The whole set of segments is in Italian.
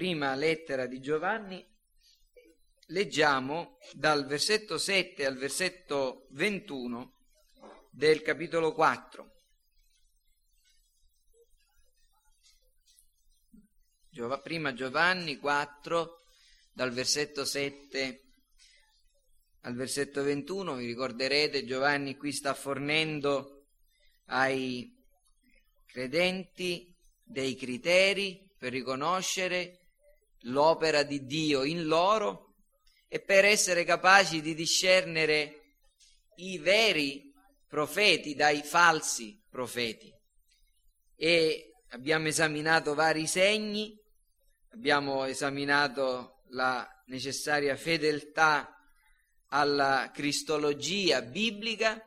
prima lettera di Giovanni, leggiamo dal versetto 7 al versetto 21 del capitolo 4. Prima Giovanni 4, dal versetto 7 al versetto 21, vi ricorderete, Giovanni qui sta fornendo ai credenti dei criteri per riconoscere l'opera di Dio in loro e per essere capaci di discernere i veri profeti dai falsi profeti. E abbiamo esaminato vari segni, abbiamo esaminato la necessaria fedeltà alla cristologia biblica,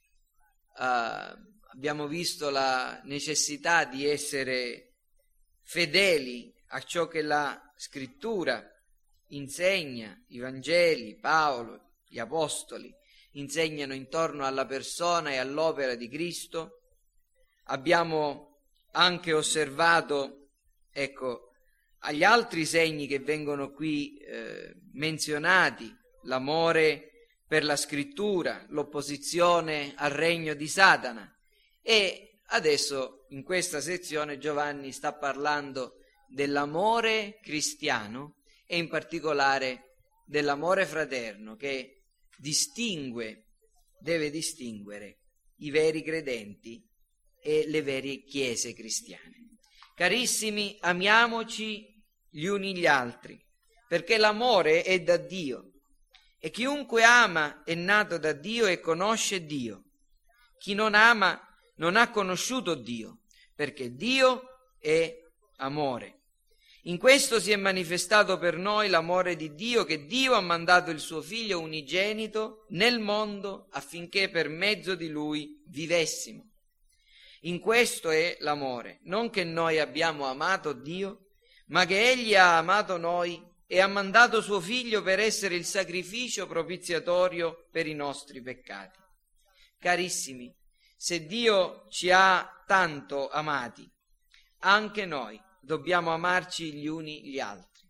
abbiamo visto la necessità di essere fedeli a ciò che la Scrittura insegna, i Vangeli, Paolo, gli Apostoli insegnano intorno alla persona e all'opera di Cristo. Abbiamo anche osservato, agli altri segni che vengono qui menzionati, l'amore per la Scrittura, l'opposizione al regno di Satana. E adesso in questa sezione Giovanni sta parlando dell'amore cristiano e in particolare dell'amore fraterno che deve distinguere i veri credenti e le vere chiese cristiane. Carissimi, amiamoci gli uni gli altri, perché l'amore è da Dio. E chiunque ama è nato da Dio e conosce Dio. Chi non ama non ha conosciuto Dio, perché Dio è amore. In questo si è manifestato per noi l'amore di Dio, che Dio ha mandato il suo Figlio unigenito nel mondo affinché per mezzo di Lui vivessimo. In questo è l'amore, non che noi abbiamo amato Dio, ma che Egli ha amato noi e ha mandato suo Figlio per essere il sacrificio propiziatorio per i nostri peccati. Carissimi, se Dio ci ha tanto amati, anche noi dobbiamo amarci gli uni gli altri.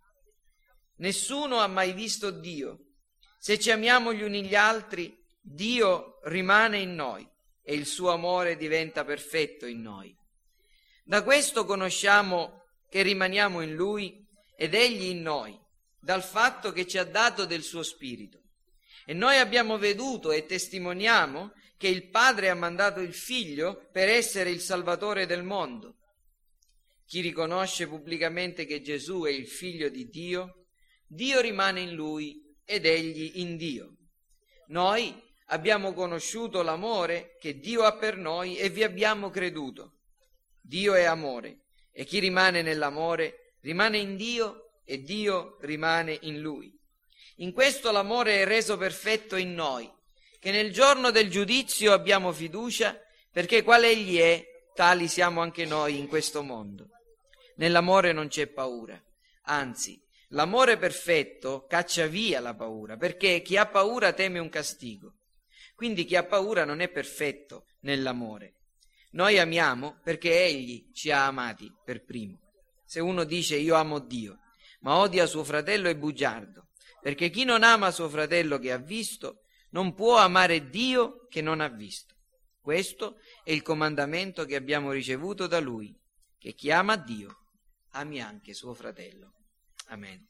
Nessuno ha mai visto Dio. Se ci amiamo gli uni gli altri, Dio rimane in noi e il suo amore diventa perfetto in noi. Da questo conosciamo che rimaniamo in Lui ed Egli in noi, dal fatto che ci ha dato del suo Spirito. E noi abbiamo veduto e testimoniamo che il Padre ha mandato il Figlio per essere il Salvatore del mondo. Chi riconosce pubblicamente che Gesù è il Figlio di Dio, Dio rimane in Lui ed Egli in Dio. Noi abbiamo conosciuto l'amore che Dio ha per noi e vi abbiamo creduto. Dio è amore e chi rimane nell'amore rimane in Dio e Dio rimane in Lui. In questo l'amore è reso perfetto in noi, che nel giorno del giudizio abbiamo fiducia, perché qual Egli è, tali siamo anche noi in questo mondo. Nell'amore non c'è paura, anzi, l'amore perfetto caccia via la paura, perché chi ha paura teme un castigo. Quindi chi ha paura non è perfetto nell'amore. Noi amiamo perché Egli ci ha amati per primo. Se uno dice io amo Dio, ma odia suo fratello è bugiardo, perché chi non ama suo fratello che ha visto, non può amare Dio che non ha visto. Questo è il comandamento che abbiamo ricevuto da Lui, che chi ama Dio ami anche suo fratello. Amen.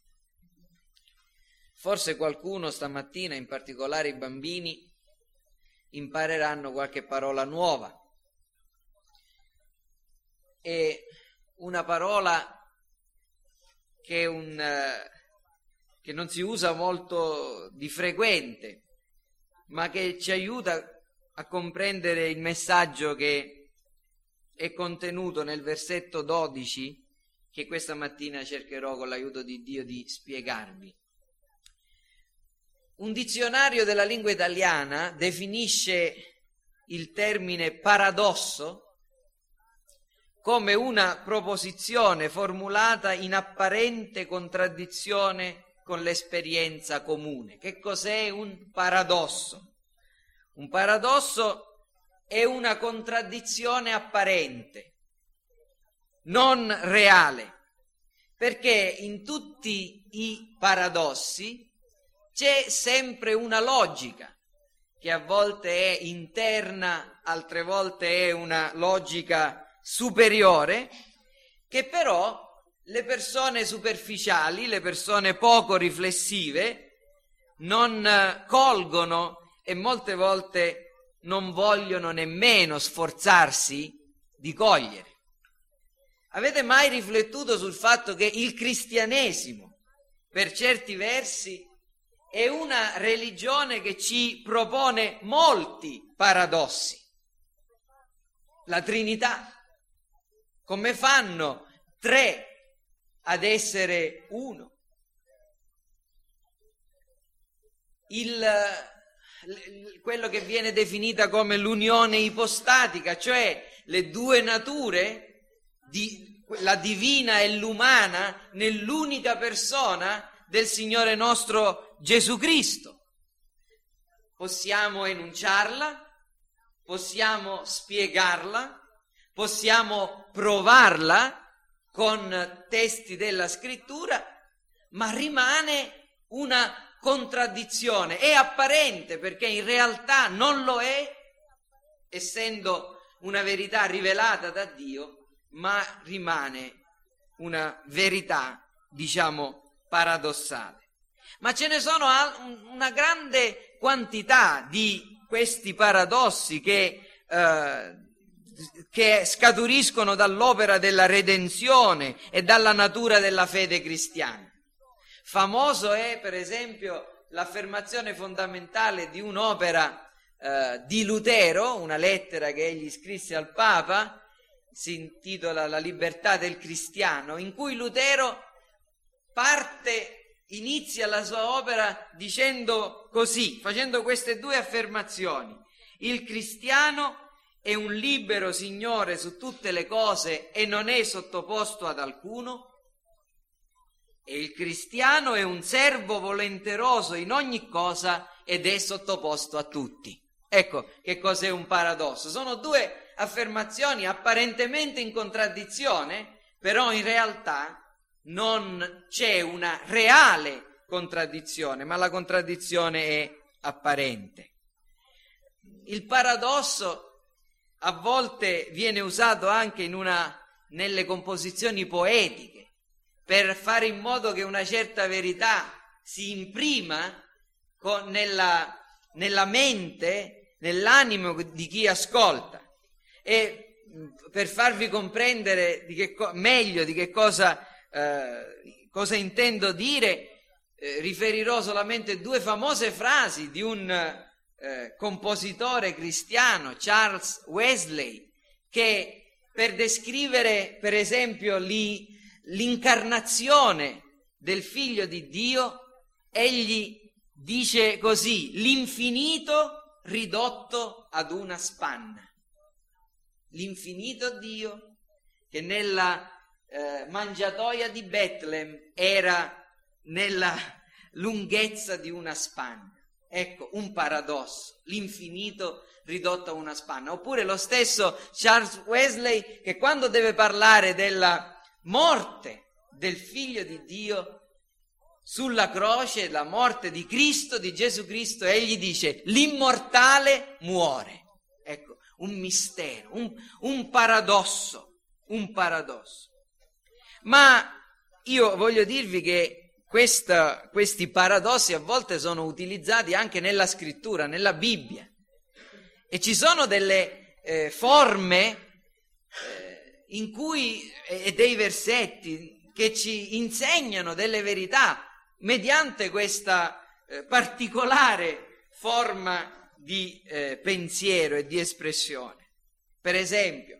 Forse qualcuno stamattina, in particolare i bambini, impareranno qualche parola nuova. E una parola che non si usa molto di frequente, ma che ci aiuta a comprendere il messaggio che è contenuto nel versetto 12, che questa mattina cercherò con l'aiuto di Dio di spiegarvi. Un dizionario della lingua italiana definisce il termine paradosso come una proposizione formulata in apparente contraddizione con l'esperienza comune. Che cos'è un paradosso? Un paradosso è una contraddizione apparente, non reale, perché in tutti i paradossi c'è sempre una logica, che a volte è interna, altre volte è una logica superiore, che però le persone superficiali, le persone poco riflessive, non colgono e molte volte non vogliono nemmeno sforzarsi di cogliere. Avete mai riflettuto sul fatto che il cristianesimo, per certi versi, è una religione che ci propone molti paradossi? La Trinità. Come fanno tre ad essere uno? Quello che viene definita come l'unione ipostatica, cioè le due nature, la divina e l'umana, nell'unica persona del Signore nostro Gesù Cristo. Possiamo enunciarla, possiamo spiegarla, possiamo provarla con testi della Scrittura, ma rimane una contraddizione. È apparente perché in realtà non lo è, essendo una verità rivelata da Dio, ma rimane una verità, diciamo, paradossale. Ma ce ne sono una grande quantità di questi paradossi che scaturiscono dall'opera della redenzione e dalla natura della fede cristiana. Famoso è, per esempio, l'affermazione fondamentale di un'opera di Lutero, una lettera che egli scrisse al Papa, si intitola La libertà del cristiano, in cui Lutero inizia la sua opera dicendo così, facendo queste due affermazioni: il cristiano è un libero signore su tutte le cose e non è sottoposto ad alcuno, e il cristiano è un servo volenteroso in ogni cosa ed è sottoposto a tutti. Ecco che cos'è un paradosso. Sono due affermazioni apparentemente in contraddizione, però in realtà non c'è una reale contraddizione, ma la contraddizione è apparente. Il paradosso a volte viene usato anche nelle composizioni poetiche, per fare in modo che una certa verità si imprima nella mente, nell'animo di chi ascolta. E per farvi comprendere meglio di che cosa intendo dire, riferirò solamente due famose frasi di un compositore cristiano, Charles Wesley, che per descrivere per esempio l'incarnazione del Figlio di Dio, egli dice così: l'infinito ridotto ad una spanna. L'infinito Dio che nella mangiatoia di Betlemme era nella lunghezza di una spanna. Ecco, un paradosso, l'infinito ridotto a una spanna. Oppure lo stesso Charles Wesley, che quando deve parlare della morte del Figlio di Dio sulla croce, la morte di Cristo, di Gesù Cristo, egli dice: l'immortale muore. Ecco, un mistero, un paradosso. Ma io voglio dirvi che questi paradossi a volte sono utilizzati anche nella scrittura, nella Bibbia, e ci sono delle forme in cui e dei versetti che ci insegnano delle verità mediante questa particolare forma di pensiero e di espressione. Per esempio,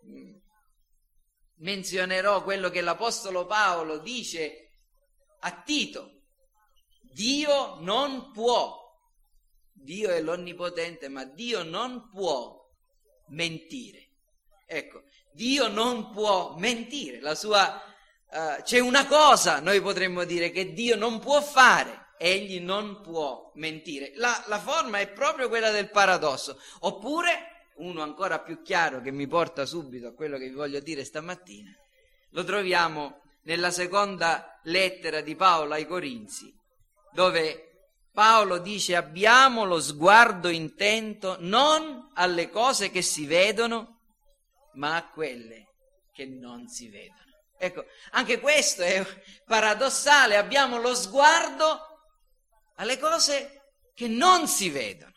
menzionerò quello che l'Apostolo Paolo dice a Tito: Dio non può, Dio è l'Onnipotente, ma Dio non può mentire. Ecco, Dio non può mentire. C'è una cosa, noi potremmo dire, che Dio non può fare: egli non può mentire. La forma è proprio quella del paradosso. Oppure, uno ancora più chiaro che mi porta subito a quello che vi voglio dire stamattina, lo troviamo nella seconda lettera di Paolo ai Corinzi, dove Paolo dice: abbiamo lo sguardo intento non alle cose che si vedono, ma a quelle che non si vedono. Ecco, anche questo è paradossale, abbiamo lo sguardo alle cose che non si vedono.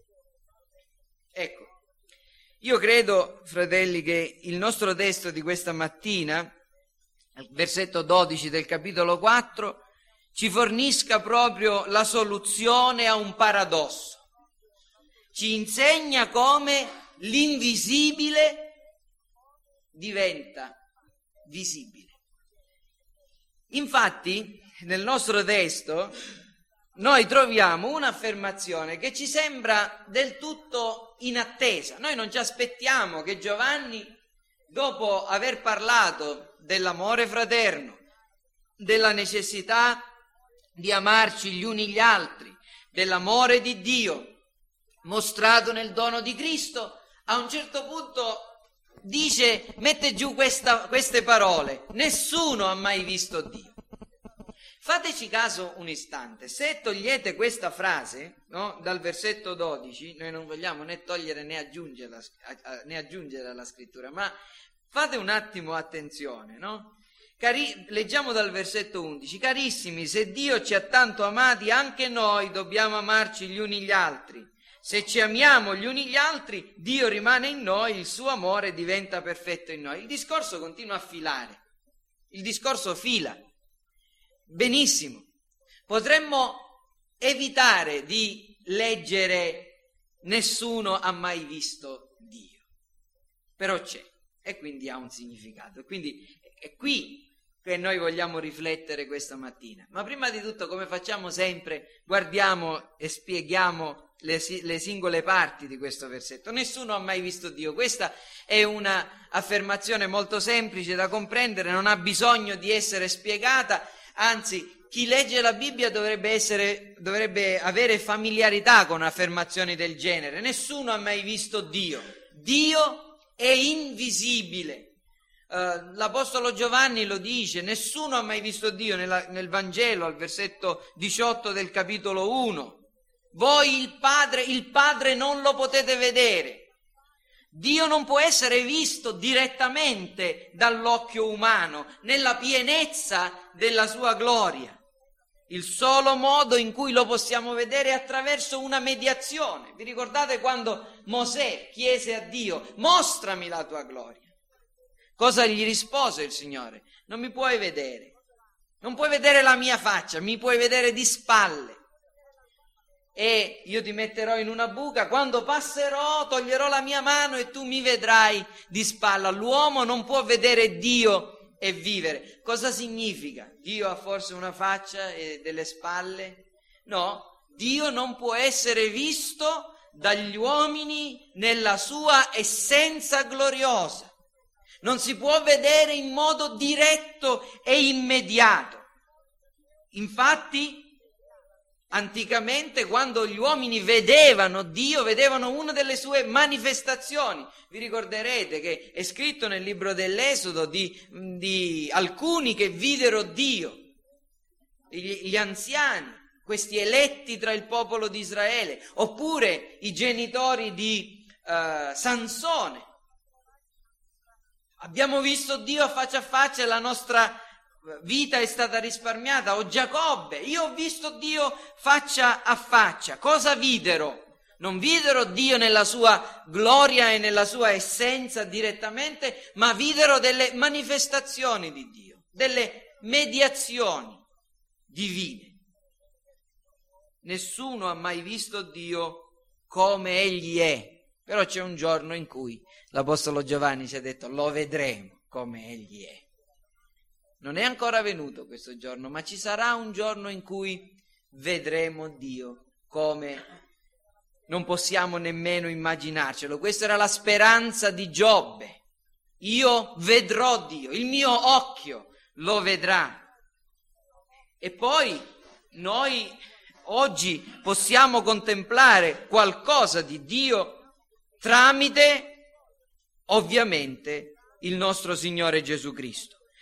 Ecco, io credo, fratelli, che il nostro testo di questa mattina, il versetto 12 del capitolo 4, ci fornisca proprio la soluzione a un paradosso. Ci insegna come l'invisibile diventa visibile. Infatti, nel nostro testo noi troviamo un'affermazione che ci sembra del tutto inattesa. Noi non ci aspettiamo che Giovanni, dopo aver parlato dell'amore fraterno, della necessità di amarci gli uni gli altri, dell'amore di Dio mostrato nel dono di Cristo, a un certo punto mette giù queste parole: nessuno ha mai visto Dio. Fateci caso un istante, se togliete questa frase, no, dal versetto 12, noi non vogliamo né togliere né aggiungere alla scrittura, ma fate un attimo attenzione, no? Leggiamo dal versetto 11: carissimi, se Dio ci ha tanto amati, anche noi dobbiamo amarci gli uni gli altri. Se ci amiamo gli uni gli altri, Dio rimane in noi, il suo amore diventa perfetto in noi. Il discorso continua a filare, il discorso fila. Benissimo, potremmo evitare di leggere nessuno ha mai visto Dio, però c'è e quindi ha un significato. Quindi è qui che noi vogliamo riflettere questa mattina. Ma prima di tutto, come facciamo sempre, guardiamo e spieghiamo le singole parti di questo versetto. Nessuno ha mai visto Dio. Questa è una affermazione molto semplice da comprendere, non ha bisogno di essere spiegata, anzi chi legge la Bibbia dovrebbe avere familiarità con affermazioni del genere. Nessuno ha mai visto Dio. Dio è invisibile. L'Apostolo Giovanni lo dice: nessuno ha mai visto Dio nel Vangelo, al versetto 18 del capitolo 1. Voi il Padre non lo potete vedere. Dio non può essere visto direttamente dall'occhio umano, nella pienezza della sua gloria. Il solo modo in cui lo possiamo vedere è attraverso una mediazione. Vi ricordate quando Mosè chiese a Dio: mostrami la tua gloria? Cosa gli rispose il Signore? Non mi puoi vedere, non puoi vedere la mia faccia, mi puoi vedere di spalle. E io ti metterò in una buca, quando passerò toglierò la mia mano e tu mi vedrai di spalla. L'uomo non può vedere Dio e vivere. Cosa significa? Dio ha forse una faccia e delle spalle? No, Dio non può essere visto dagli uomini nella sua essenza gloriosa. Non si può vedere in modo diretto e immediato. Infatti, anticamente, quando gli uomini vedevano Dio, vedevano una delle sue manifestazioni. Vi ricorderete che è scritto nel libro dell'Esodo di alcuni che videro Dio, gli anziani, questi eletti tra il popolo di Israele, oppure i genitori di Sansone. Abbiamo visto Dio a faccia e la nostra vita è stata risparmiata. O Giacobbe: io ho visto Dio faccia a faccia. Cosa videro? Non videro Dio nella sua gloria e nella sua essenza direttamente, ma videro delle manifestazioni di Dio, delle mediazioni divine. Nessuno ha mai visto Dio come Egli è, però c'è un giorno in cui l'Apostolo Giovanni ci ha detto: lo vedremo come Egli è. Non è ancora venuto questo giorno, ma ci sarà un giorno in cui vedremo Dio come non possiamo nemmeno immaginarcelo. Questa era la speranza di Giobbe. Io vedrò Dio, il mio occhio lo vedrà. E poi noi oggi possiamo contemplare qualcosa di Dio tramite, ovviamente, il nostro Signore Gesù Cristo.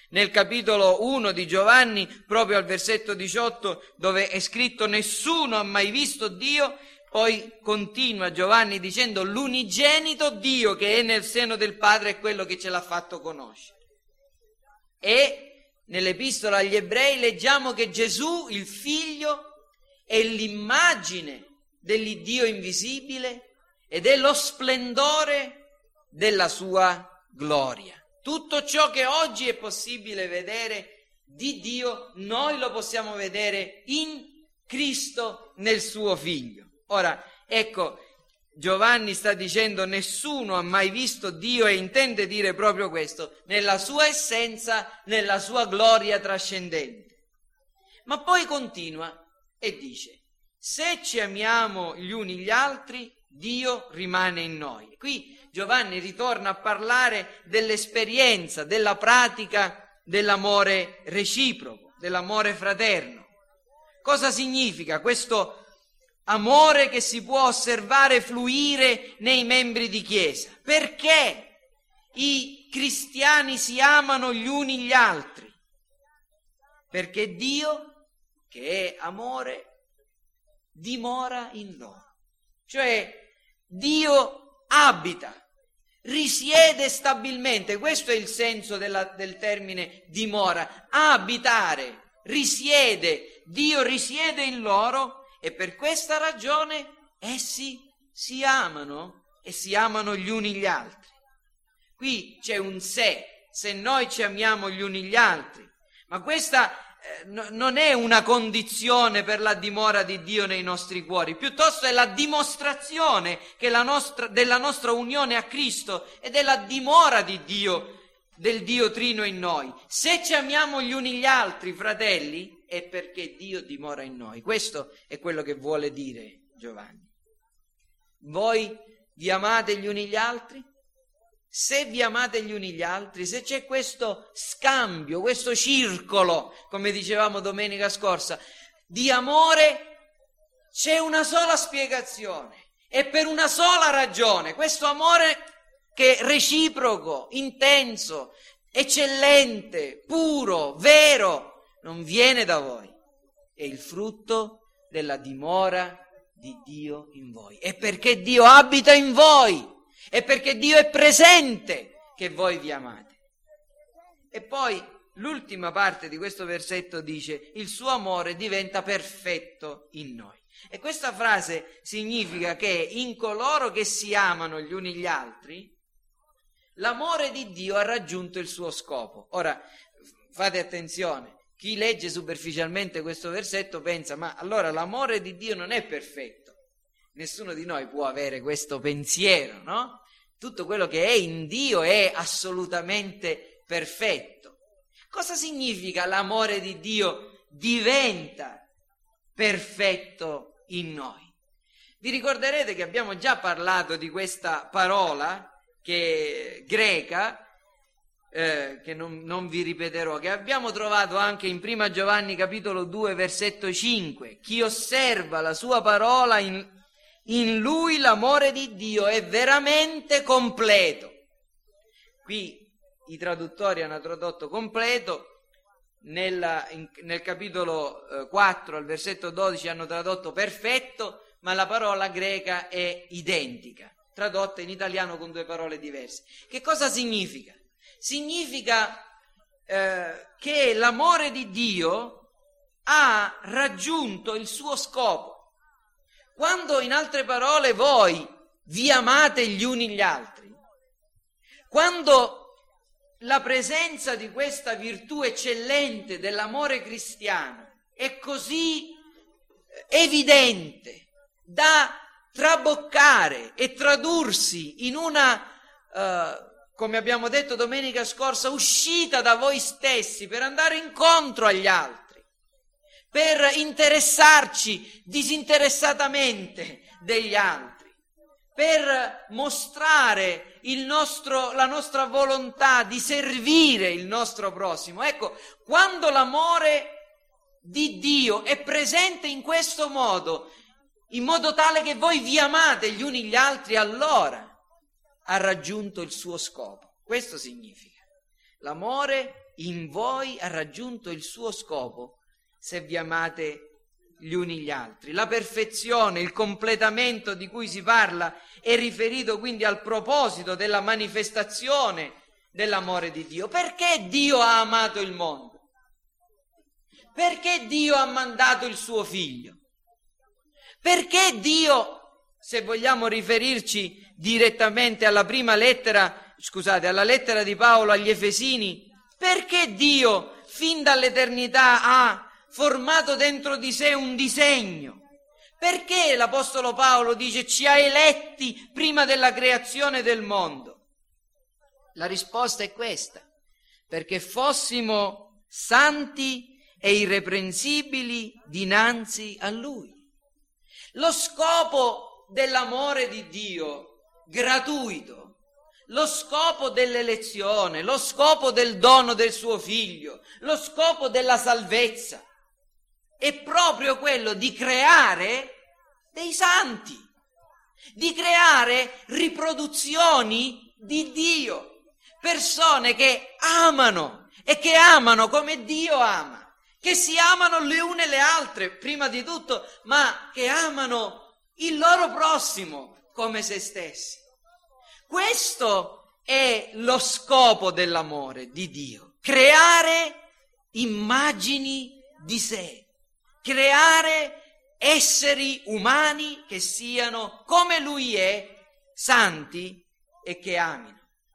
nel capitolo 1 di Giovanni, proprio al versetto 18, dove è scritto nessuno ha mai visto Dio, poi continua Giovanni dicendo l'unigenito Dio che è nel seno del Padre è quello che ce l'ha fatto conoscere. E nell'epistola agli Ebrei leggiamo che Gesù, il Figlio, è l'immagine dell'Iddio invisibile ed è lo splendore della sua gloria. Tutto ciò che oggi è possibile vedere di Dio, noi lo possiamo vedere in Cristo, nel suo Figlio. Ora, ecco, Giovanni sta dicendo nessuno ha mai visto Dio e intende dire proprio questo, nella sua essenza, nella sua gloria trascendente. Ma poi continua e dice, se ci amiamo gli uni gli altri, Dio rimane in noi. Qui Giovanni ritorna a parlare dell'esperienza, della pratica dell'amore reciproco, dell'amore fraterno. Cosa significa questo amore che si può osservare fluire nei membri di Chiesa? Perché i cristiani si amano gli uni gli altri? Perché Dio, che è amore, dimora in loro. Cioè Dio abita, risiede stabilmente, questo è il senso del termine dimora, abitare, risiede, Dio risiede in loro e per questa ragione essi si amano e si amano gli uni gli altri. Qui c'è un se noi ci amiamo gli uni gli altri, ma questa non è una condizione per la dimora di Dio nei nostri cuori, piuttosto è la dimostrazione della nostra unione a Cristo e della dimora di Dio, del Dio Trino in noi. Se ci amiamo gli uni gli altri, fratelli, è perché Dio dimora in noi. Questo è quello che vuole dire Giovanni. Voi vi amate gli uni gli altri? Se vi amate gli uni gli altri, se c'è questo scambio, questo circolo, come dicevamo domenica scorsa, di amore, c'è una sola spiegazione e per una sola ragione. Questo amore che è reciproco, intenso, eccellente, puro, vero, non viene da voi, è il frutto della dimora di Dio in voi. È perché Dio abita in voi. È perché Dio è presente che voi vi amate. E poi l'ultima parte di questo versetto dice il suo amore diventa perfetto in noi. E questa frase significa che in coloro che si amano gli uni gli altri, l'amore di Dio ha raggiunto il suo scopo. Ora, fate attenzione, chi legge superficialmente questo versetto pensa, ma allora l'amore di Dio non è perfetto. Nessuno di noi può avere questo pensiero, no? Tutto quello che è in Dio è assolutamente perfetto. Cosa significa l'amore di Dio diventa perfetto in noi? Vi ricorderete che abbiamo già parlato di questa parola che è greca, che non vi ripeterò, che abbiamo trovato anche in 1 Giovanni capitolo 2 versetto 5. Chi osserva la sua parola in lui l'amore di Dio è veramente completo. Qui i traduttori hanno tradotto completo, nel capitolo 4 al versetto 12 hanno tradotto perfetto, ma la parola greca è identica, tradotta in italiano con due parole diverse. Che cosa significa? Significa che l'amore di Dio ha raggiunto il suo scopo. Quando, in altre parole, voi vi amate gli uni gli altri, quando la presenza di questa virtù eccellente dell'amore cristiano è così evidente da traboccare e tradursi in una, come abbiamo detto domenica scorsa, uscita da voi stessi per andare incontro agli altri, per interessarci disinteressatamente degli altri, per mostrare la nostra volontà di servire il nostro prossimo. Ecco, quando l'amore di Dio è presente in questo modo, in modo tale che voi vi amate gli uni gli altri, allora ha raggiunto il suo scopo. Questo significa. L'amore in voi ha raggiunto il suo scopo se vi amate gli uni gli altri. La perfezione, il completamento di cui si parla è riferito quindi al proposito della manifestazione dell'amore di Dio. Perché Dio ha amato il mondo? Perché Dio ha mandato il suo figlio? Perché Dio, se vogliamo riferirci direttamente alla prima lettera, alla lettera di Paolo agli Efesini, perché Dio fin dall'eternità ha formato dentro di sé un disegno? Perché l'Apostolo Paolo dice ci ha eletti prima della creazione del mondo? La risposta è questa: perché fossimo santi e irreprensibili dinanzi a Lui. Lo scopo dell'amore di Dio gratuito, lo scopo dell'elezione, lo scopo del dono del suo figlio, lo scopo della salvezza è proprio quello di creare dei santi, di creare riproduzioni di Dio, persone che amano e che amano come Dio ama, che si amano le une le altre prima di tutto, ma che amano il loro prossimo come se stessi. Questo è lo scopo dell'amore di Dio: creare immagini di sé, creare esseri umani che siano come Lui è, santi e che amino.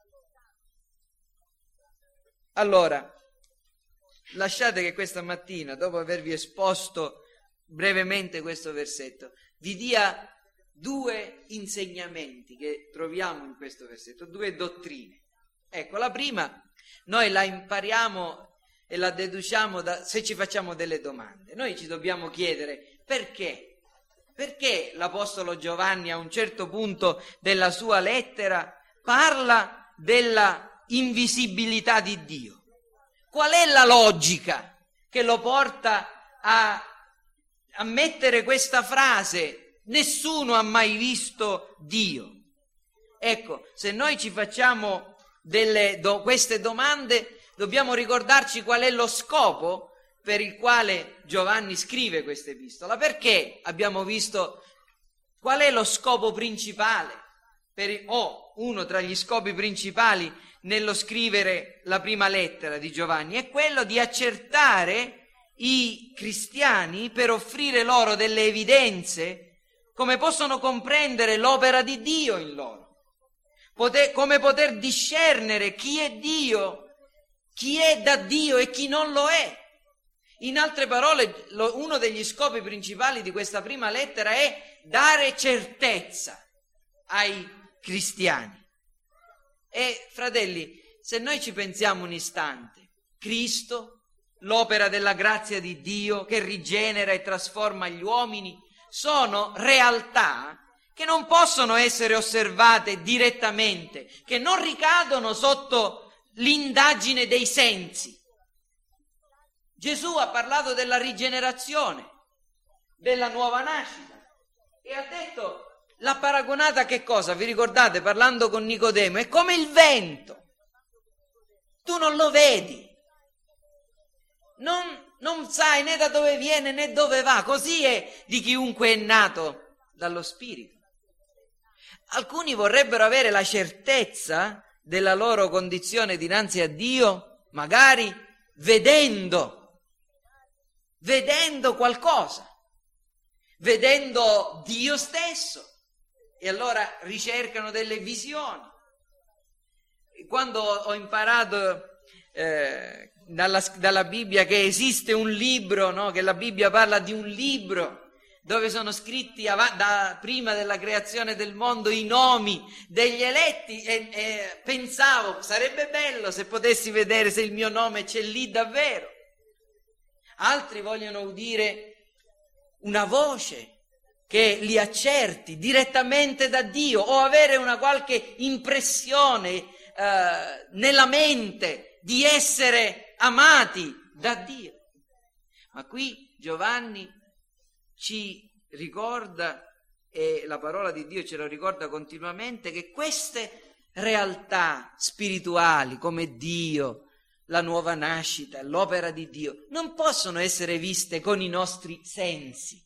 Allora, lasciate che questa mattina, dopo avervi esposto brevemente questo versetto, vi dia due insegnamenti che troviamo in questo versetto, due dottrine. Ecco, la prima noi la impariamo e la deduciamo se ci facciamo delle domande. Noi ci dobbiamo chiedere perché? Perché l'Apostolo Giovanni a un certo punto della sua lettera parla della invisibilità di Dio? Qual è la logica che lo porta a mettere questa frase: nessuno ha mai visto Dio? Ecco, se noi ci facciamo queste domande, dobbiamo ricordarci qual è lo scopo per il quale Giovanni scrive questa epistola. Perché abbiamo visto qual è lo scopo principale, uno tra gli scopi principali nello scrivere la prima lettera di Giovanni, è quello di accertare i cristiani per offrire loro delle evidenze come possono comprendere l'opera di Dio in loro, come poter discernere chi è Dio, chi è da Dio e chi non lo è. In altre parole, uno degli scopi principali di questa prima lettera è dare certezza ai cristiani. E fratelli, se noi ci pensiamo un istante, Cristo, l'opera della grazia di Dio che rigenera e trasforma gli uomini, sono realtà che non possono essere osservate direttamente, che non ricadono sotto l'indagine dei sensi. Gesù ha parlato della rigenerazione, della nuova nascita, e ha detto, l'ha paragonata che cosa? Vi ricordate, parlando con Nicodemo? È come il vento. Tu non lo vedi, non sai né da dove viene né dove va. Così è di chiunque è nato dallo Spirito. Alcuni vorrebbero avere la certezza della loro condizione dinanzi a Dio, magari vedendo qualcosa, vedendo Dio stesso, e allora ricercano delle visioni. Quando ho imparato dalla Bibbia che esiste un libro, no? Che la Bibbia parla di un libro dove sono scritti prima della creazione del mondo i nomi degli eletti, e pensavo, sarebbe bello se potessi vedere se il mio nome c'è lì davvero. Altri vogliono udire una voce che li accerti direttamente da Dio, o avere una qualche impressione nella mente di essere amati da Dio. Ma qui Giovanni ci ricorda, e la parola di Dio ce lo ricorda continuamente, che queste realtà spirituali come Dio, la nuova nascita, l'opera di Dio, non possono essere viste con i nostri sensi.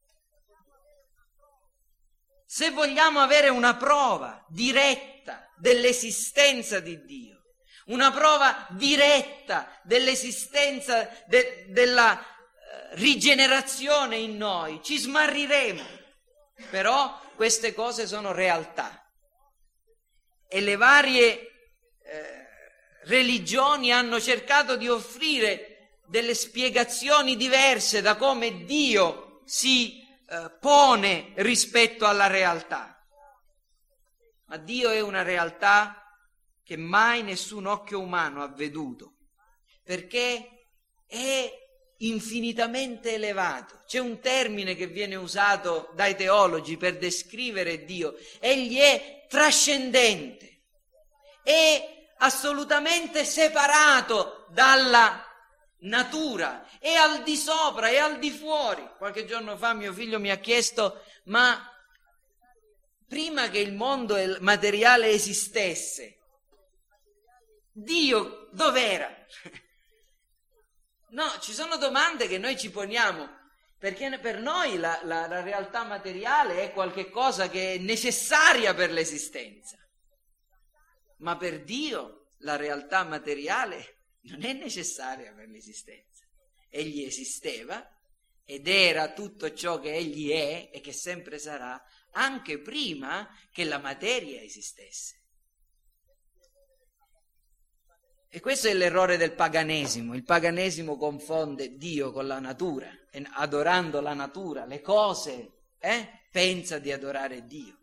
Se vogliamo avere una prova diretta dell'esistenza di Dio, una prova diretta dell'esistenza della rigenerazione in noi, ci smarriremo. Però queste cose sono realtà. E le varie religioni hanno cercato di offrire delle spiegazioni diverse da come Dio si pone rispetto alla realtà. Ma Dio è una realtà che mai nessun occhio umano ha veduto, perché è infinitamente elevato. C'è un termine che viene usato dai teologi per descrivere Dio: egli è trascendente, è assolutamente separato dalla natura, è al di sopra, è al di fuori. Qualche giorno fa mio figlio mi ha chiesto: ma prima che il mondo materiale esistesse, Dio dov'era? No, ci sono domande che noi ci poniamo, perché per noi la realtà materiale è qualche cosa che è necessaria per l'esistenza, ma per Dio la realtà materiale non è necessaria per l'esistenza. Egli esisteva ed era tutto ciò che egli è e che sempre sarà, anche prima che la materia esistesse. E questo è l'errore del paganesimo. Il paganesimo confonde Dio con la natura, e adorando la natura, le cose, pensa di adorare Dio.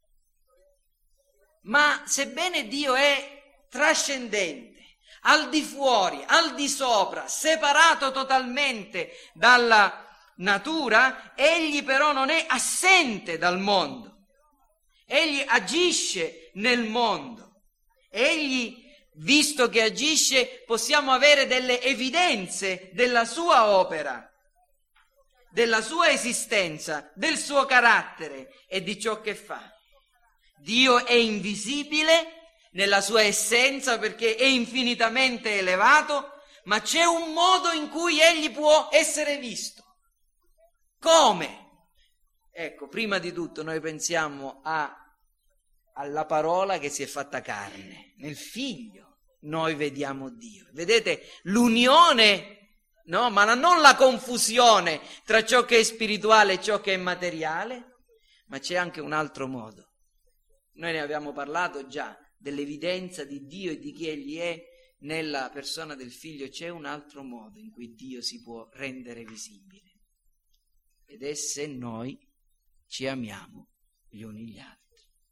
Ma sebbene Dio è trascendente, al di fuori, al di sopra, separato totalmente dalla natura, egli però non è assente dal mondo. Egli agisce nel mondo. Egli, visto che agisce, possiamo avere delle evidenze della sua opera, della sua esistenza, del suo carattere e di ciò che fa. Dio è invisibile nella sua essenza perché è infinitamente elevato, ma c'è un modo in cui egli può essere visto. Come? Ecco, prima di tutto noi pensiamo alla parola che si è fatta carne, nel figlio noi vediamo Dio. Vedete l'unione, no? Ma non la confusione tra ciò che è spirituale e ciò che è materiale, ma c'è anche un altro modo. Noi ne abbiamo parlato già, dell'evidenza di Dio e di chi egli è nella persona del figlio. C'è un altro modo in cui Dio si può rendere visibile, ed è se noi ci amiamo gli uni gli altri.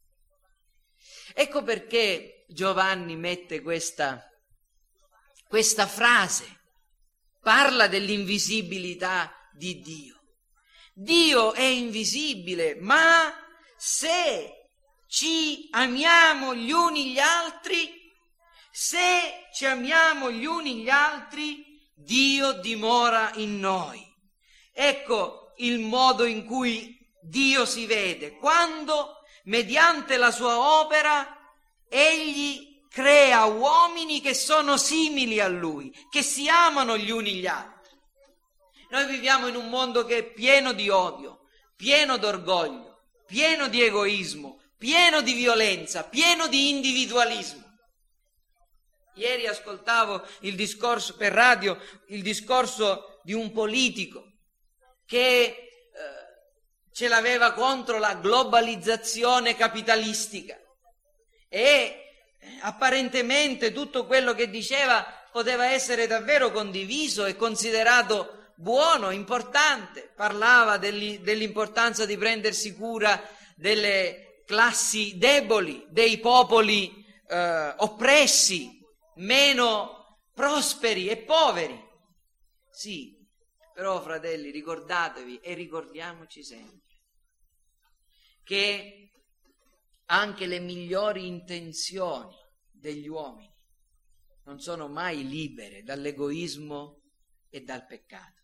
Ecco perché Giovanni mette questa frase, parla dell'invisibilità di Dio. Dio è invisibile, ma se ci amiamo gli uni gli altri, Dio dimora in noi. Ecco il modo in cui Dio si vede, quando mediante la sua opera egli crea uomini che sono simili a lui, che si amano gli uni gli altri. Noi viviamo in un mondo che è pieno di odio, pieno d'orgoglio, pieno di egoismo, pieno di violenza, pieno di individualismo. Ieri ascoltavo il discorso per radio, il discorso di un politico che ce l'aveva contro la globalizzazione capitalistica e apparentemente tutto quello che diceva poteva essere davvero condiviso e considerato buono, importante. Parlava dell'importanza di prendersi cura delle classi deboli, dei popoli oppressi, meno prosperi e poveri. Sì, però fratelli, ricordatevi e ricordiamoci sempre che anche le migliori intenzioni degli uomini non sono mai libere dall'egoismo e dal peccato.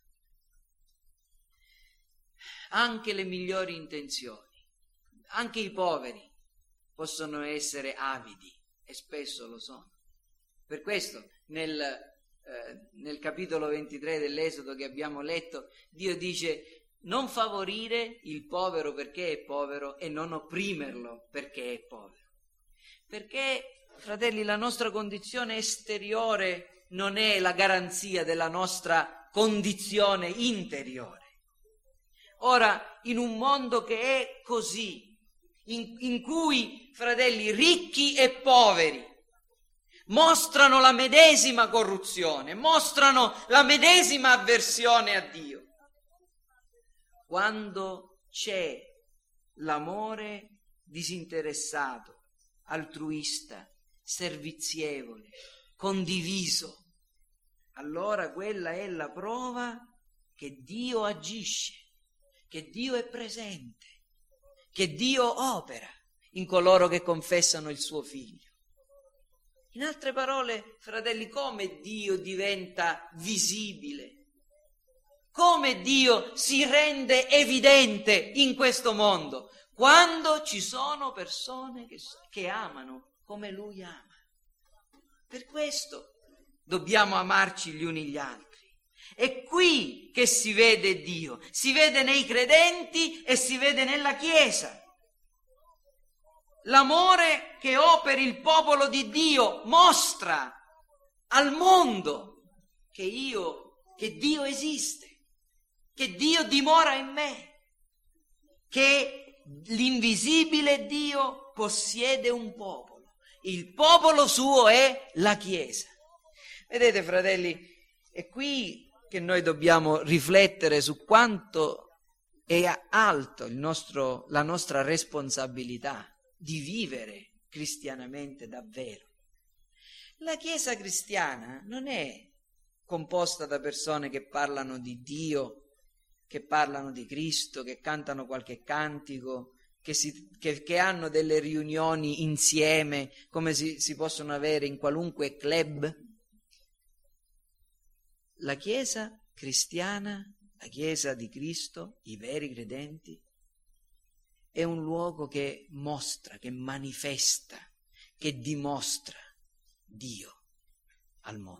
Anche le migliori intenzioni, anche i poveri possono essere avidi, e spesso lo sono, Per questo nel capitolo 23 dell'Esodo che abbiamo letto, Dio dice: non favorire il povero perché è povero e non opprimerlo perché è povero. Perché, fratelli, la nostra condizione esteriore non è la garanzia della nostra condizione interiore. Ora, in un mondo che è così, in cui, fratelli, ricchi e poveri mostrano la medesima corruzione, mostrano la medesima avversione a Dio, quando c'è l'amore disinteressato, altruista, servizievole, condiviso, allora quella è la prova che Dio agisce, che Dio è presente, che Dio opera in coloro che confessano il suo Figlio. In altre parole, fratelli, come Dio diventa visibile? Come Dio si rende evidente in questo mondo? Quando ci sono persone che amano come Lui ama. Per questo dobbiamo amarci gli uni gli altri. È qui che si vede Dio, si vede nei credenti e si vede nella Chiesa. L'amore che ho per il popolo di Dio mostra al mondo che Dio esiste, che Dio dimora in me, che l'invisibile Dio possiede un popolo. Il popolo suo è la Chiesa. Vedete, fratelli, è qui che noi dobbiamo riflettere su quanto è alto la nostra responsabilità di vivere cristianamente davvero. La Chiesa cristiana non è composta da persone che parlano di Dio, che parlano di Cristo, che cantano qualche cantico, che hanno delle riunioni insieme come si possono avere in qualunque club. La Chiesa cristiana, la Chiesa di Cristo, i veri credenti, è un luogo che mostra, che manifesta, che dimostra Dio al mondo.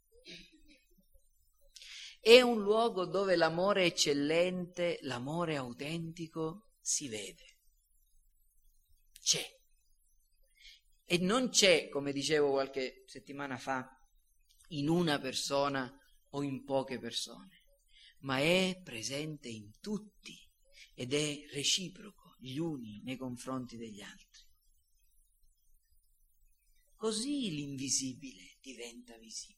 È un luogo dove l'amore eccellente, l'amore autentico si vede. C'è. E non c'è, come dicevo qualche settimana fa, in una persona o in poche persone, ma è presente in tutti ed è reciproco gli uni nei confronti degli altri. Così l'invisibile diventa visibile.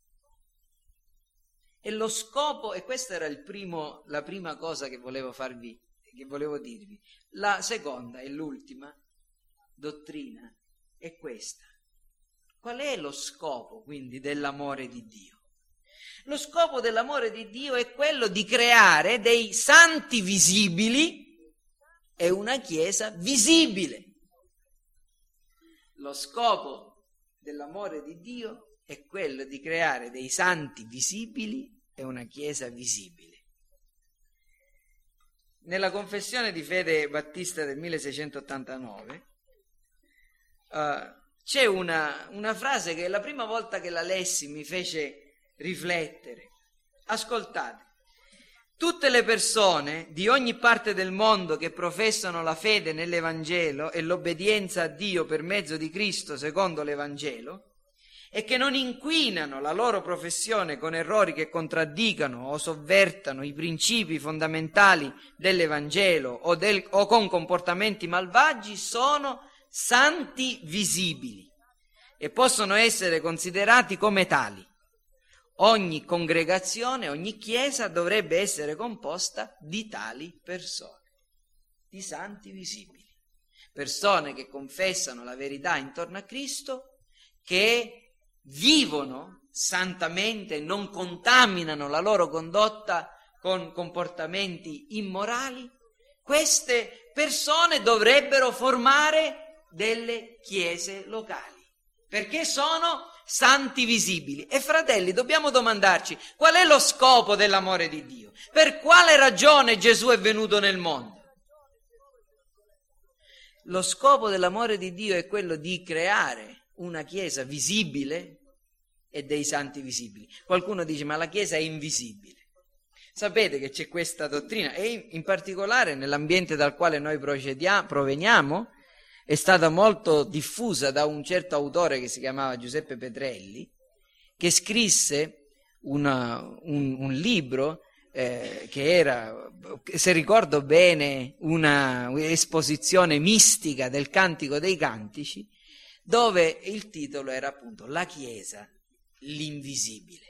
E lo scopo, e questa era la prima cosa che volevo dirvi. La seconda e l'ultima dottrina è questa. Qual è lo scopo quindi dell'amore di Dio? Lo scopo dell'amore di Dio è quello di creare dei santi visibili e una Chiesa visibile. Lo scopo dell'amore di Dio è quello di creare dei santi visibili e una Chiesa visibile. Nella Confessione di Fede Battista del 1689 c'è una frase che la prima volta che la lessi mi fece riflettere. Ascoltate: tutte le persone di ogni parte del mondo che professano la fede nell'Evangelo e l'obbedienza a Dio per mezzo di Cristo secondo l'Evangelo e che non inquinano la loro professione con errori che contraddicano o sovvertano i principi fondamentali dell'Evangelo o con comportamenti malvagi sono santi visibili e possono essere considerati come tali. Ogni congregazione, ogni chiesa dovrebbe essere composta di tali persone, di santi visibili, persone che confessano la verità intorno a Cristo, che vivono santamente, non contaminano la loro condotta con comportamenti immorali. Queste persone dovrebbero formare delle chiese locali, perché sono santi visibili. E fratelli, dobbiamo domandarci qual è lo scopo dell'amore di Dio? Per quale ragione Gesù è venuto nel mondo? Lo scopo dell'amore di Dio è quello di creare una Chiesa visibile e dei santi visibili. Qualcuno dice: ma la Chiesa è invisibile. Sapete che c'è questa dottrina, e in particolare nell'ambiente dal quale noi proveniamo, è stata molto diffusa da un certo autore che si chiamava Giuseppe Petrelli, che scrisse un libro che era, se ricordo bene, una esposizione mistica del Cantico dei Cantici, dove il titolo era appunto La Chiesa, l'invisibile.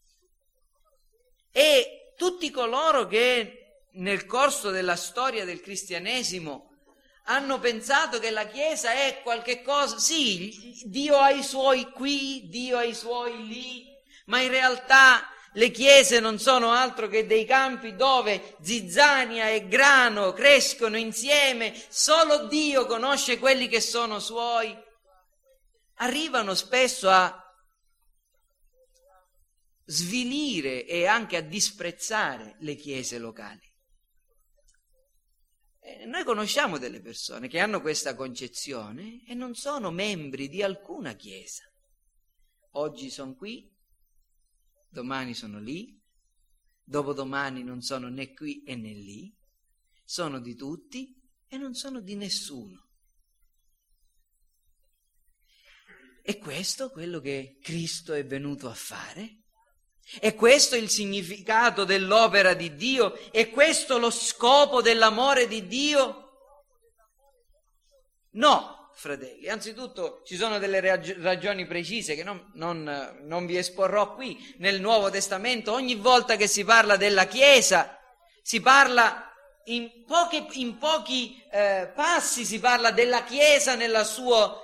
E tutti coloro che nel corso della storia del cristianesimo hanno pensato che la Chiesa è qualche cosa, sì, Dio ha i suoi qui, Dio ha i suoi lì, ma in realtà le chiese non sono altro che dei campi dove zizzania e grano crescono insieme, solo Dio conosce quelli che sono suoi. Arrivano spesso a svilire e anche a disprezzare le chiese locali. Noi conosciamo delle persone che hanno questa concezione e non sono membri di alcuna chiesa. Oggi sono qui, domani sono lì, dopodomani non sono né qui e né lì, sono di tutti e non sono di nessuno. E questo è quello che Cristo è venuto a fare? È questo il significato dell'opera di Dio? È questo lo scopo dell'amore di Dio? No, fratelli, anzitutto ci sono delle ragioni precise che non vi esporrò qui. Nel Nuovo Testamento ogni volta che si parla della Chiesa si parla in pochi passi, si parla della Chiesa nella sua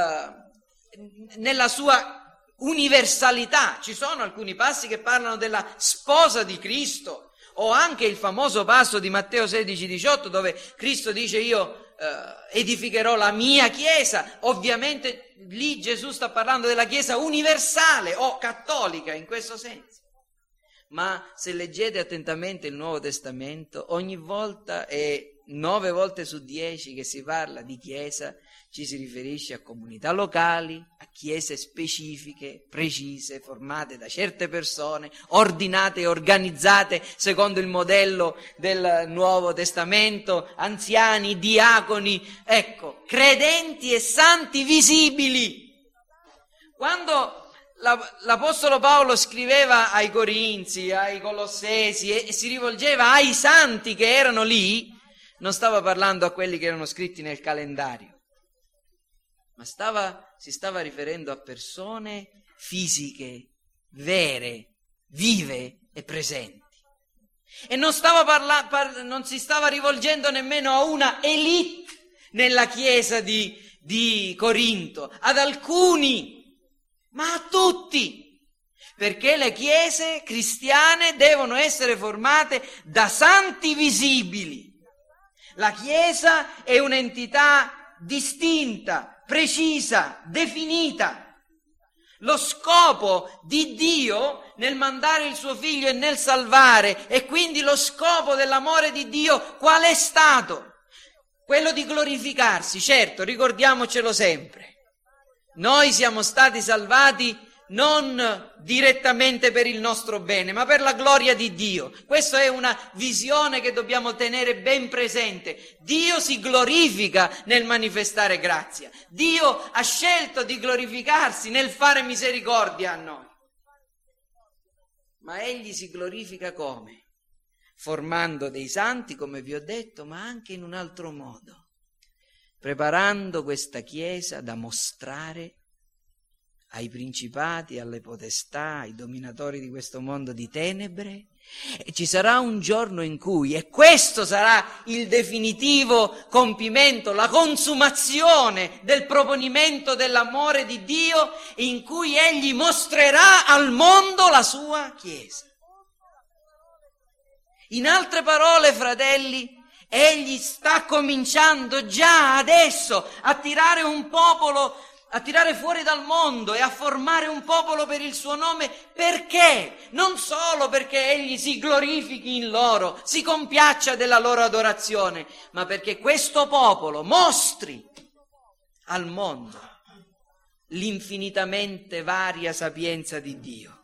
universalità. Ci sono alcuni passi che parlano della sposa di Cristo, o anche il famoso passo di Matteo 16,18 dove Cristo dice: io edificherò la mia Chiesa. Ovviamente lì Gesù sta parlando della Chiesa universale o cattolica in questo senso. Ma se leggete attentamente il Nuovo Testamento, ogni volta, e 9 volte su 10 che si parla di Chiesa, ci si riferisce a comunità locali, a chiese specifiche, precise, formate da certe persone, ordinate e organizzate secondo il modello del Nuovo Testamento, anziani, diaconi, ecco, credenti e santi visibili. Quando l'Apostolo Paolo scriveva ai Corinzi, ai Colossesi e si rivolgeva ai santi che erano lì, non stava parlando a quelli che erano scritti nel calendario, ma si stava riferendo a persone fisiche, vere, vive e presenti. E non si stava rivolgendo nemmeno a una elite nella chiesa di Corinto, ad alcuni, ma a tutti, perché le chiese cristiane devono essere formate da santi visibili. La Chiesa è un'entità distinta, precisa, definita. Lo scopo di Dio nel mandare il suo figlio e nel salvare, e quindi lo scopo dell'amore di Dio qual è stato? Quello di glorificarsi, certo, ricordiamocelo sempre. Noi siamo stati salvati non direttamente per il nostro bene, ma per la gloria di Dio. Questa è una visione che dobbiamo tenere ben presente. Dio si glorifica nel manifestare grazia. Dio ha scelto di glorificarsi nel fare misericordia a noi. Ma Egli si glorifica come? Formando dei santi, come vi ho detto, ma anche in un altro modo, preparando questa Chiesa da mostrare ai principati, alle potestà, ai dominatori di questo mondo di tenebre. E ci sarà un giorno in cui, e questo sarà il definitivo compimento, la consumazione del proponimento dell'amore di Dio, in cui Egli mostrerà al mondo la sua Chiesa. In altre parole, fratelli, Egli sta cominciando già adesso a tirare un popolo, a tirare fuori dal mondo e a formare un popolo per il suo nome. Perché? Non solo perché Egli si glorifichi in loro, si compiaccia della loro adorazione, ma perché questo popolo mostri al mondo l'infinitamente varia sapienza di Dio.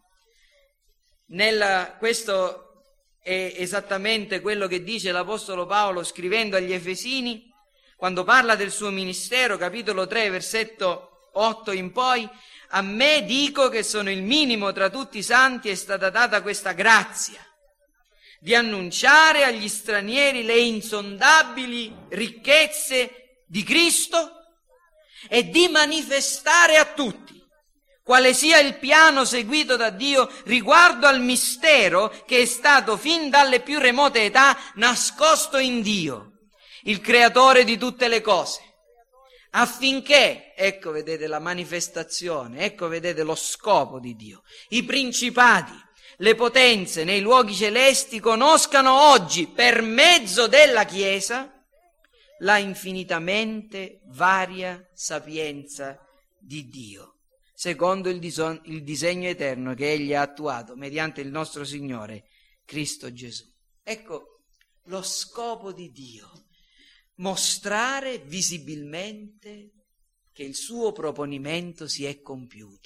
Questo è esattamente quello che dice l'Apostolo Paolo scrivendo agli Efesini, quando parla del suo ministero, capitolo 3, versetto 8 in poi: a me, dico che sono il minimo tra tutti i santi, è stata data questa grazia di annunciare agli stranieri le insondabili ricchezze di Cristo e di manifestare a tutti quale sia il piano seguito da Dio riguardo al mistero che è stato fin dalle più remote età nascosto in Dio, il creatore di tutte le cose, affinché, ecco vedete la manifestazione, ecco vedete lo scopo di Dio, i principati, le potenze nei luoghi celesti conoscano oggi, per mezzo della Chiesa, la infinitamente varia sapienza di Dio, secondo il disegno eterno che Egli ha attuato mediante il nostro Signore Cristo Gesù. Ecco lo scopo di Dio: mostrare visibilmente che il suo proponimento si è compiuto.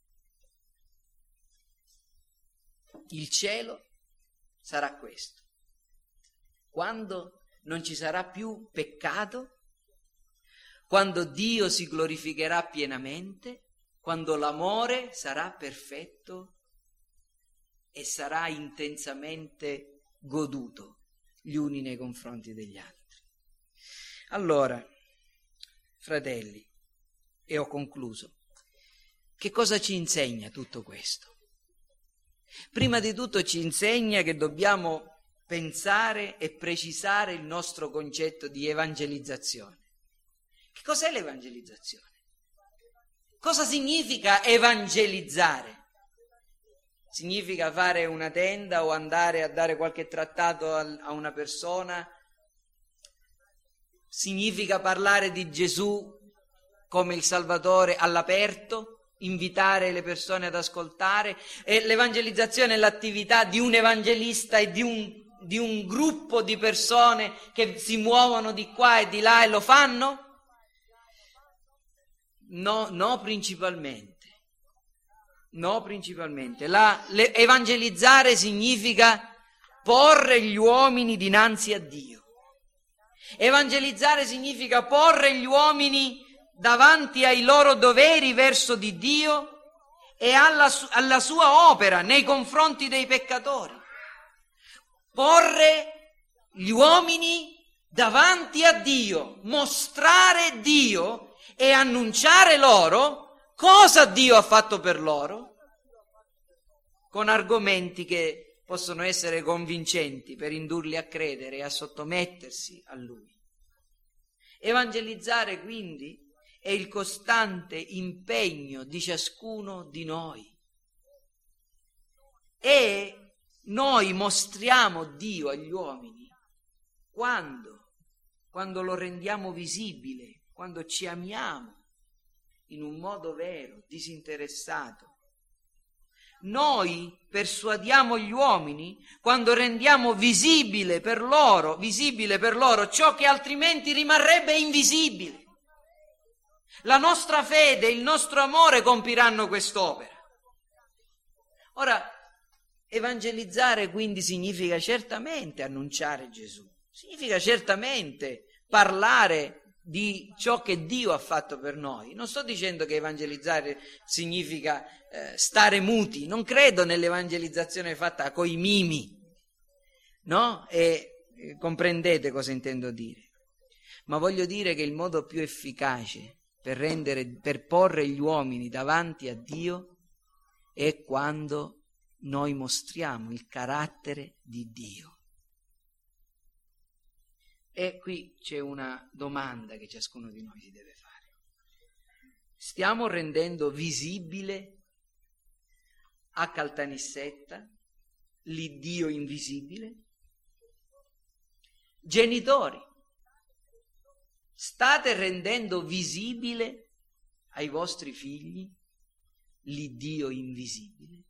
Il cielo sarà questo: quando non ci sarà più peccato, quando Dio si glorificherà pienamente, quando l'amore sarà perfetto e sarà intensamente goduto gli uni nei confronti degli altri. Allora, fratelli, e ho concluso, che cosa ci insegna tutto questo? Prima di tutto ci insegna che dobbiamo pensare e precisare il nostro concetto di evangelizzazione. Che cos'è l'evangelizzazione? Cosa significa evangelizzare? Significa fare una tenda o andare a dare qualche trattato a una persona? Significa parlare di Gesù come il Salvatore all'aperto? Invitare le persone ad ascoltare? E l'evangelizzazione è l'attività di un evangelista e di un gruppo di persone che si muovono di qua e di là e lo fanno? No, principalmente. No, principalmente. Evangelizzare significa porre gli uomini dinanzi a Dio. Evangelizzare significa porre gli uomini davanti ai loro doveri verso di Dio e alla sua opera nei confronti dei peccatori. Porre gli uomini davanti a Dio, mostrare Dio e annunciare loro cosa Dio ha fatto per loro, con argomenti che possono essere convincenti per indurli a credere e a sottomettersi a Lui. Evangelizzare quindi è il costante impegno di ciascuno di noi. E noi mostriamo Dio agli uomini quando lo rendiamo visibile, quando ci amiamo in un modo vero, disinteressato. Noi persuadiamo gli uomini quando rendiamo visibile per loro ciò che altrimenti rimarrebbe invisibile. La nostra fede, il nostro amore compiranno quest'opera. Ora, evangelizzare quindi significa certamente annunciare Gesù, significa certamente parlare di ciò che Dio ha fatto per noi. Non sto dicendo che evangelizzare significa stare muti, non credo nell'evangelizzazione fatta coi mimi, no? E comprendete cosa intendo dire. Ma voglio dire che il modo più efficace per porre gli uomini davanti a Dio è quando noi mostriamo il carattere di Dio. E qui c'è una domanda che ciascuno di noi si deve fare. Stiamo rendendo visibile a Caltanissetta l'Iddio invisibile? Genitori, state rendendo visibile ai vostri figli l'Iddio invisibile?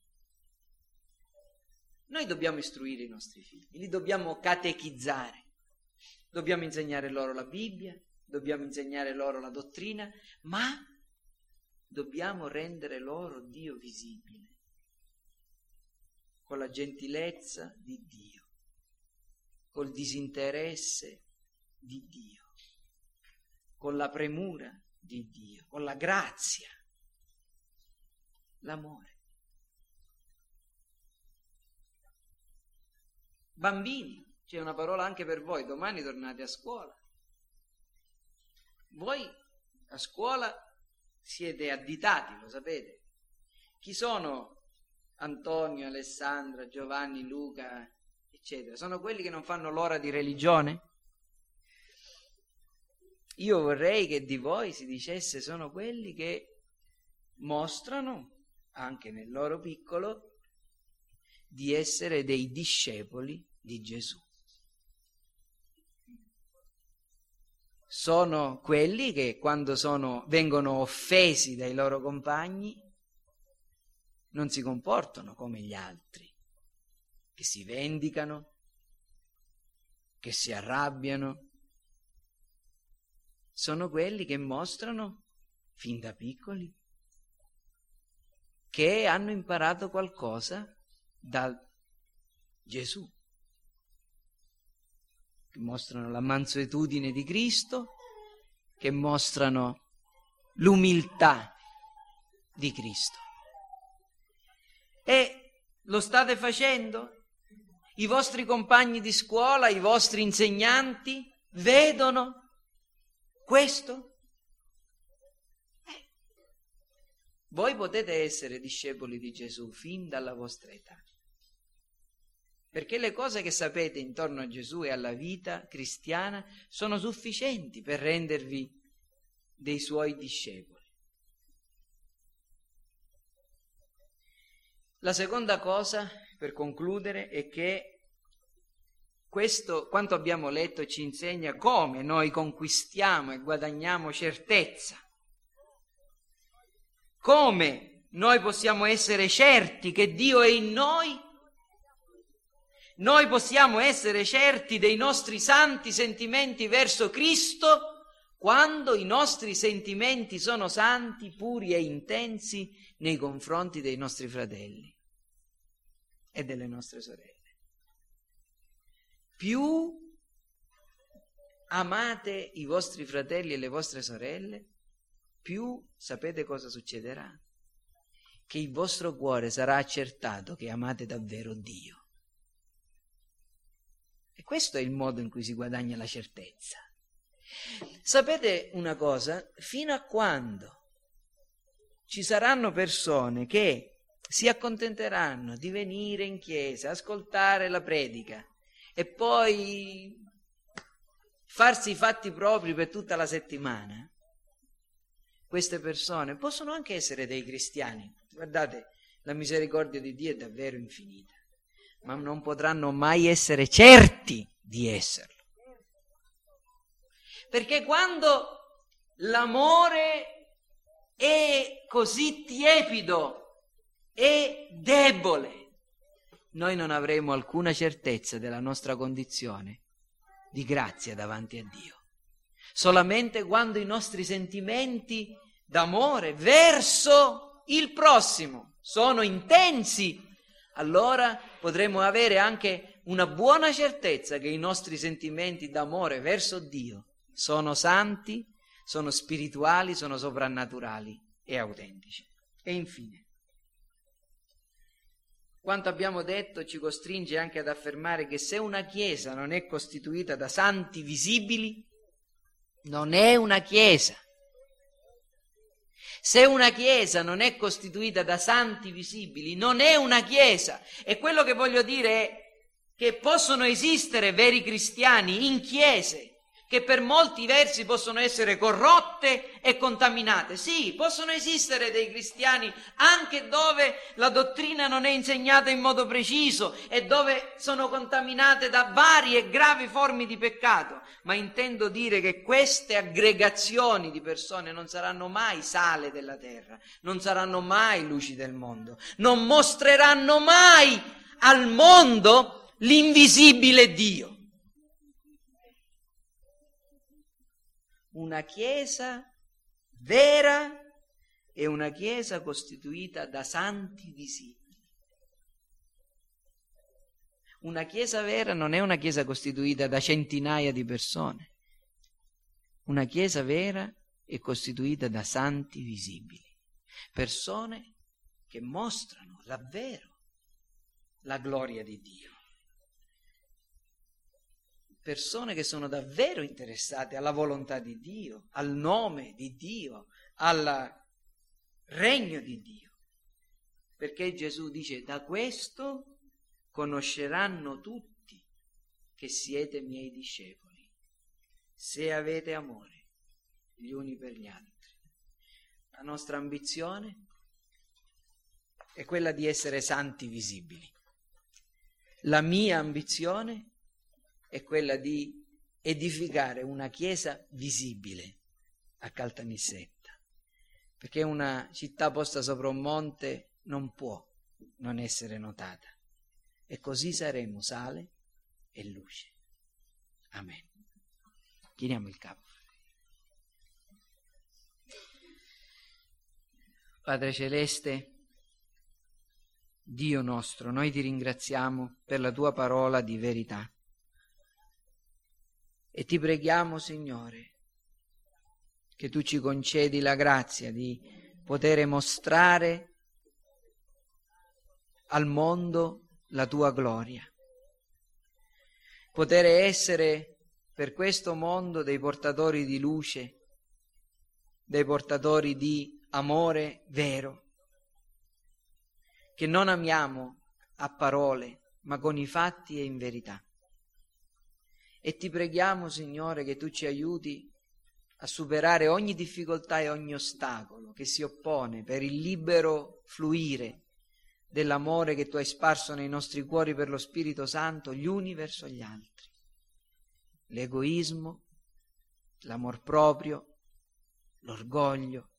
Noi dobbiamo istruire i nostri figli, li dobbiamo catechizzare. Dobbiamo insegnare loro la Bibbia, dobbiamo insegnare loro la dottrina, ma dobbiamo rendere loro Dio visibile, con la gentilezza di Dio, col disinteresse di Dio, con la premura di Dio, con la grazia, l'amore. Bambini, c'è una parola anche per voi, domani tornate a scuola. Voi a scuola siete additati, lo sapete. Chi sono Antonio, Alessandra, Giovanni, Luca, eccetera? Sono quelli che non fanno l'ora di religione? Io vorrei che di voi si dicesse sono quelli che mostrano, anche nel loro piccolo, di essere dei discepoli di Gesù. Sono quelli che quando vengono offesi dai loro compagni non si comportano come gli altri, che si vendicano, che si arrabbiano. Sono quelli che mostrano, fin da piccoli, che hanno imparato qualcosa da Gesù, che mostrano la mansuetudine di Cristo, che mostrano l'umiltà di Cristo. E lo state facendo? I vostri compagni di scuola, i vostri insegnanti vedono questo? Voi potete essere discepoli di Gesù fin dalla vostra età, perché le cose che sapete intorno a Gesù e alla vita cristiana sono sufficienti per rendervi dei suoi discepoli. La seconda cosa, per concludere, è che questo, quanto abbiamo letto, ci insegna come noi conquistiamo e guadagniamo certezza. Come noi possiamo essere certi che Dio è in noi? Noi possiamo essere certi dei nostri santi sentimenti verso Cristo quando i nostri sentimenti sono santi, puri e intensi nei confronti dei nostri fratelli e delle nostre sorelle. Più amate i vostri fratelli e le vostre sorelle, più sapete cosa succederà? Che il vostro cuore sarà accertato che amate davvero Dio. E questo è il modo in cui si guadagna la certezza. Sapete una cosa? Fino a quando ci saranno persone che si accontenteranno di venire in chiesa, ascoltare la predica e poi farsi i fatti propri per tutta la settimana, queste persone possono anche essere dei cristiani. Guardate, la misericordia di Dio è davvero infinita, ma non potranno mai essere certi di esserlo. Perché quando l'amore è così tiepido e debole, noi non avremo alcuna certezza della nostra condizione di grazia davanti a Dio. Solamente quando i nostri sentimenti d'amore verso il prossimo sono intensi, allora potremo avere anche una buona certezza che i nostri sentimenti d'amore verso Dio sono santi, sono spirituali, sono soprannaturali e autentici. E infine, quanto abbiamo detto ci costringe anche ad affermare che se una chiesa non è costituita da santi visibili, non è una chiesa. Se una chiesa non è costituita da santi visibili, non è una chiesa. E quello che voglio dire è che possono esistere veri cristiani in chiese che per molti versi possono essere corrotte e contaminate. Sì, possono esistere dei cristiani anche dove la dottrina non è insegnata in modo preciso e dove sono contaminate da varie e gravi forme di peccato, ma intendo dire che queste aggregazioni di persone non saranno mai sale della terra, non saranno mai luci del mondo, non mostreranno mai al mondo l'invisibile Dio. Una chiesa vera è una chiesa costituita da santi visibili. Una chiesa vera non è una chiesa costituita da centinaia di persone. Una chiesa vera è costituita da santi visibili, persone che mostrano davvero la gloria di Dio, persone che sono davvero interessate alla volontà di Dio, al nome di Dio, al regno di Dio. Perché Gesù dice: da questo conosceranno tutti che siete miei discepoli, se avete amore gli uni per gli altri. La nostra ambizione è quella di essere santi visibili. La mia ambizione è quella di edificare una chiesa visibile a Caltanissetta, perché una città posta sopra un monte non può non essere notata, e così saremo sale e luce. Amen. Chiniamo il capo. Padre Celeste, Dio nostro, noi ti ringraziamo per la tua parola di verità e ti preghiamo, Signore, che tu ci concedi la grazia di poter mostrare al mondo la tua gloria, poter essere per questo mondo dei portatori di luce, dei portatori di amore vero, che non amiamo a parole, ma con i fatti e in verità. E ti preghiamo, Signore, che tu ci aiuti a superare ogni difficoltà e ogni ostacolo che si oppone per il libero fluire dell'amore che tu hai sparso nei nostri cuori per lo Spirito Santo gli uni verso gli altri. L'egoismo, l'amor proprio, l'orgoglio,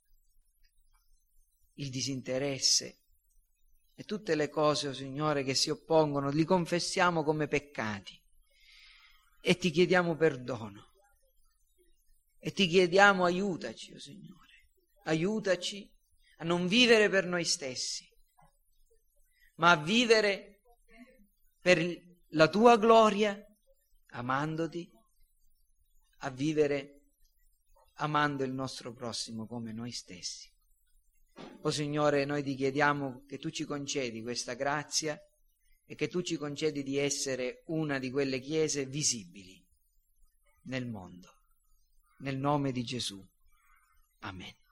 il disinteresse e tutte le cose, oh Signore, che si oppongono, li confessiamo come peccati e ti chiediamo perdono e ti chiediamo aiutaci, oh Signore, aiutaci a non vivere per noi stessi, ma a vivere per la tua gloria, amandoti, a vivere amando il nostro prossimo come noi stessi. O Signore, noi ti chiediamo che tu ci concedi questa grazia e che tu ci concedi di essere una di quelle chiese visibili nel mondo. Nel nome di Gesù. Amen.